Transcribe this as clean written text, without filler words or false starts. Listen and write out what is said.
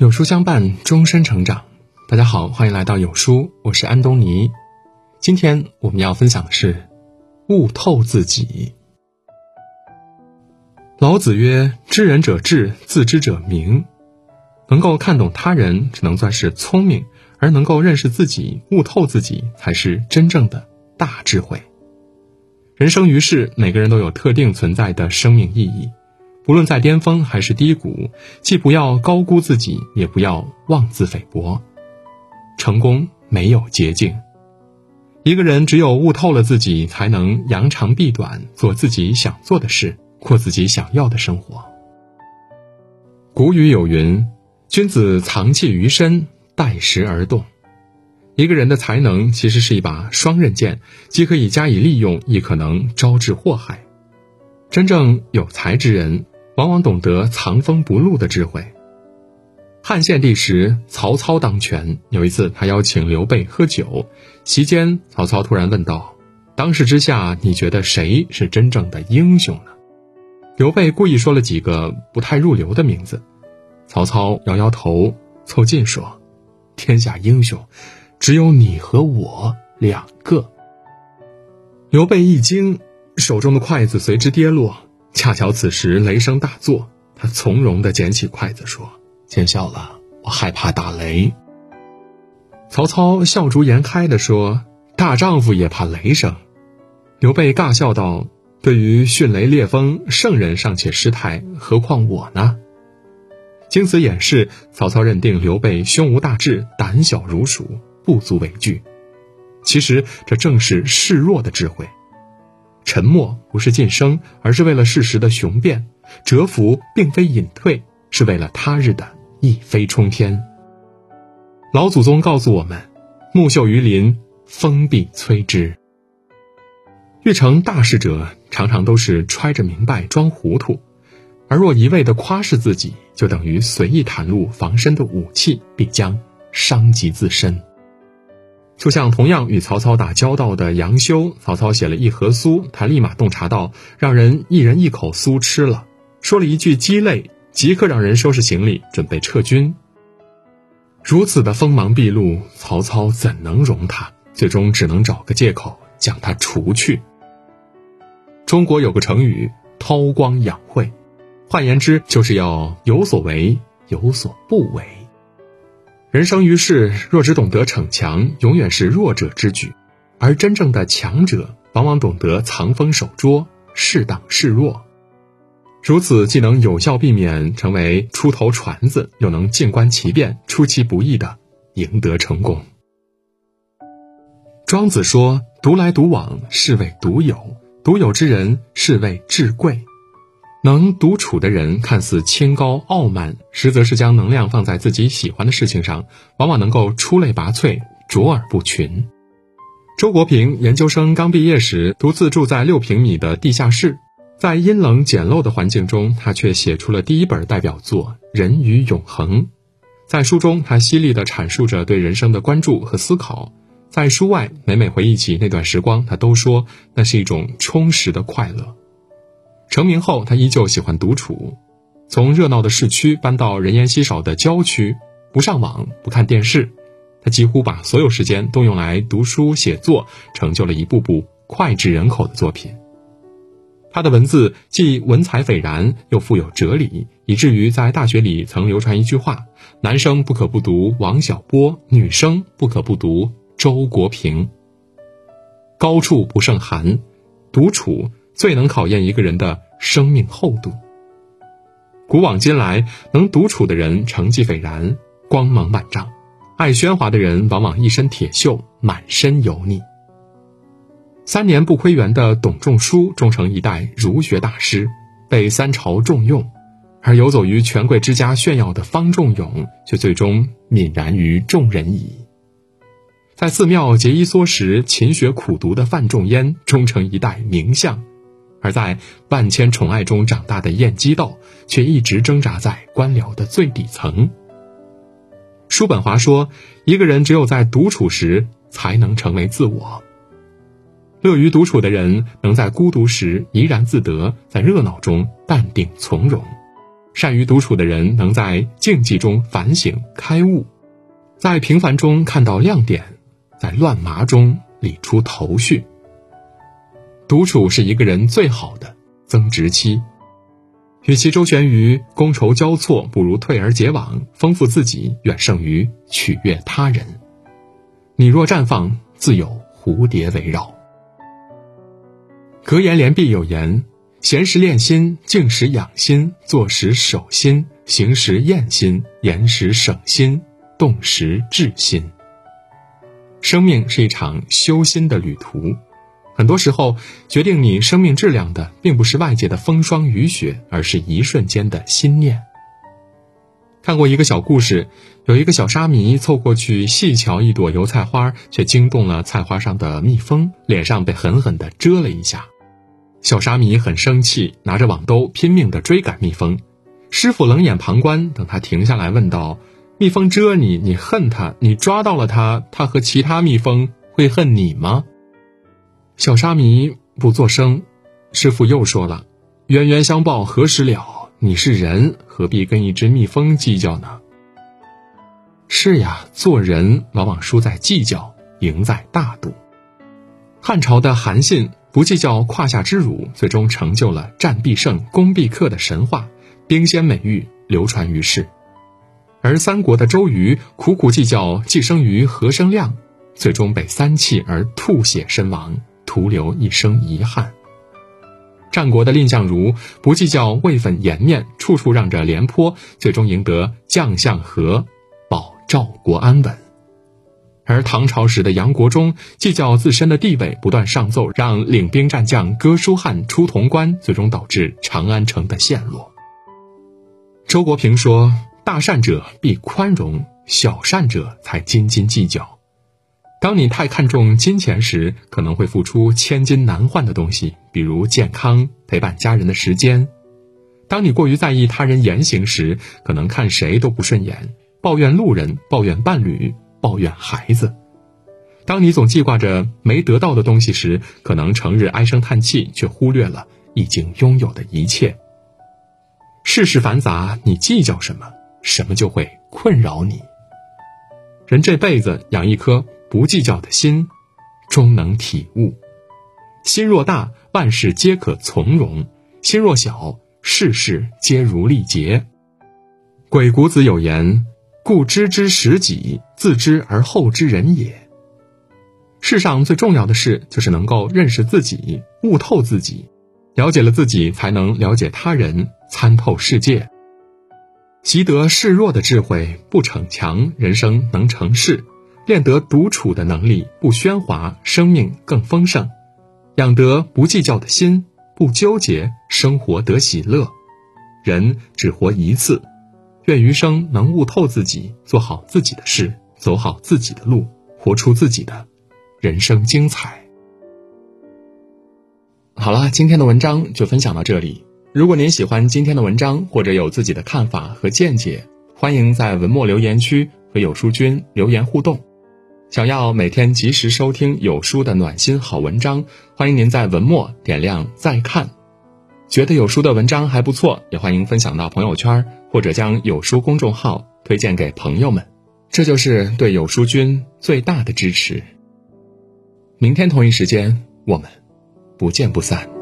有书相伴，终身成长。大家好，欢迎来到有书，我是安东尼。今天我们要分享的是悟透自己。老子曰：知人者智，自知者明。能够看懂他人只能算是聪明，而能够认识自己，悟透自己才是真正的大智慧。人生于世，每个人都有特定存在的生命意义，不论在巅峰还是低谷，既不要高估自己，也不要妄自菲薄。成功没有捷径，一个人只有悟透了自己，才能扬长避短，做自己想做的事，过自己想要的生活。古语有云：君子藏器于身，待时而动。一个人的才能其实是一把双刃剑，既可以加以利用，亦可能招致祸害。真正有才之人，往往懂得藏锋不露的智慧。汉献帝时，曹操当权，有一次他邀请刘备喝酒，席间曹操突然问道：当时之下，你觉得谁是真正的英雄呢？刘备故意说了几个不太入流的名字，曹操摇摇头，凑近说：天下英雄只有你和我两个。刘备一惊，手中的筷子随之跌落，恰巧此时雷声大作，他从容地捡起筷子说：见笑了，我害怕打雷。曹操笑逐颜开地说：大丈夫也怕雷声。刘备尬笑道：对于迅雷烈风，圣人尚且失态，何况我呢？经此演示，曹操认定刘备胸无大志，胆小如鼠，不足为惧。其实这正是示弱的智慧。沉默不是晋升，而是为了事实的雄辩；蛰伏并非隐退，是为了他日的一飞冲天。老祖宗告诉我们：木秀于林，风必摧之。欲成大事者，常常都是揣着明白装糊涂，而若一味地夸饰自己，就等于随意袒露防身的武器，必将伤及自身。就像同样与曹操打交道的杨修，曹操写了一盒酥，他立马洞察到让人一人一口酥吃了，说了一句鸡肋，即刻让人收拾行李准备撤军。如此的锋芒毕露，曹操怎能容他？最终只能找个借口将他除去。中国有个成语韬光养晦，换言之，就是要有所为，有所不为。人生于世，若只懂得逞强，永远是弱者之举，而真正的强者往往懂得藏锋守拙，适当示弱。如此既能有效避免成为出头船子，又能静观其变，出其不意地赢得成功。庄子说：独来独往，是谓独有，独有之人，是谓至贵。能独处的人看似清高傲慢，实则是将能量放在自己喜欢的事情上，往往能够出类拔萃，卓尔不群。周国平研究生刚毕业时，独自住在6平米的地下室，在阴冷简陋的环境中，他却写出了第一本代表作《人与永恒》。在书中，他犀利地阐述着对人生的关注和思考。在书外，每每回忆起那段时光，他都说那是一种充实的快乐。成名后，他依旧喜欢独处，从热闹的市区搬到人烟稀少的郊区，不上网，不看电视，他几乎把所有时间都用来读书写作，成就了一部部脍炙人口的作品。他的文字既文采斐然，又富有哲理，以至于在大学里曾流传一句话：男生不可不读王小波，女生不可不读周国平。高处不胜寒，独处最能考验一个人的生命厚度。古往今来，能独处的人成绩斐然，光芒万丈；爱喧哗的人往往一身铁锈，满身油腻。3年不窥园的董仲舒终成一代儒学大师，被3朝重用；而游走于权贵之家炫耀的方仲永，却最终泯然于众人矣。在寺庙节衣缩食、勤学苦读的范仲淹，终成一代名相；而在万千宠爱中长大的晏几道，却一直挣扎在官僚的最底层。叔本华说，一个人只有在独处时，才能成为自我。乐于独处的人，能在孤独时怡然自得，在热闹中淡定从容。 善于独处的人能在静寂中反省开悟，在平凡中看到亮点，在乱麻中理出头绪。独处是一个人最好的增值期，与其周旋于觥筹交错，不如退而结网，丰富自己远胜于取悦他人。你若绽放，自有蝴蝶围绕。格言联璧有言：闲时练心，静时养心，坐时守心，行时验心，言时省心，动时治心。生命是一场修心的旅途，很多时候决定你生命质量的并不是外界的风霜雨雪，而是一瞬间的心念。看过一个小故事，有一个小沙弥凑过去细瞧一朵油菜花，却惊动了菜花上的蜜蜂，脸上被狠狠地蛰了一下。小沙弥很生气，拿着网兜拼命地追赶蜜蜂。师傅冷眼旁观，等他停下来问道：蜜蜂蛰你，你恨它，你抓到了它，它和其他蜜蜂会恨你吗？小沙弥不作声。师傅又说了：冤冤相报何时了，你是人，何必跟一只蜜蜂计较呢？是呀，做人往往输在计较，赢在大度。汉朝的韩信不计较胯下之辱，最终成就了战必胜、攻必克的神话，兵仙美誉流传于世。而三国的周瑜苦苦计较既生瑜何生亮，最终被三气而吐血身亡，徒留一生遗憾。战国的蔺相如不计较位分颜面，处处让着廉颇，最终赢得将相和，保赵国安稳。而唐朝时的杨国忠计较自身的地位，不断上奏让领兵战将哥舒翰出潼关，最终导致长安城的陷落。周国平说：大善者必宽容，小善者才斤斤计较。当你太看重金钱时，可能会付出千金难换的东西，比如健康、陪伴家人的时间。当你过于在意他人言行时，可能看谁都不顺眼，抱怨路人，抱怨伴侣，抱怨孩子。当你总记挂着没得到的东西时，可能成日唉声叹气，却忽略了已经拥有的一切。世事繁杂，你计较什么，什么就会困扰你。人这辈子养一颗不计较的心，终能体悟。心若大，万事皆可从容；心若小，事事皆如历劫。鬼谷子有言：故知之识己，自知而后知人也。世上最重要的事，就是能够认识自己，悟透自己。了解了自己，才能了解他人，参透世界。习得示弱的智慧，不逞强，人生能成事；练得独处的能力，不喧哗，生命更丰盛；养得不计较的心，不纠结，生活得喜乐。人只活一次，愿余生能悟透自己，做好自己的事，走好自己的路，活出自己的人生精彩。好了，今天的文章就分享到这里。如果您喜欢今天的文章，或者有自己的看法和见解，欢迎在文末留言区和有书君留言互动。想要每天及时收听有书的暖心好文章，欢迎您在文末点亮再看。觉得有书的文章还不错，也欢迎分享到朋友圈，或者将有书公众号推荐给朋友们，这就是对有书君最大的支持。明天同一时间，我们不见不散。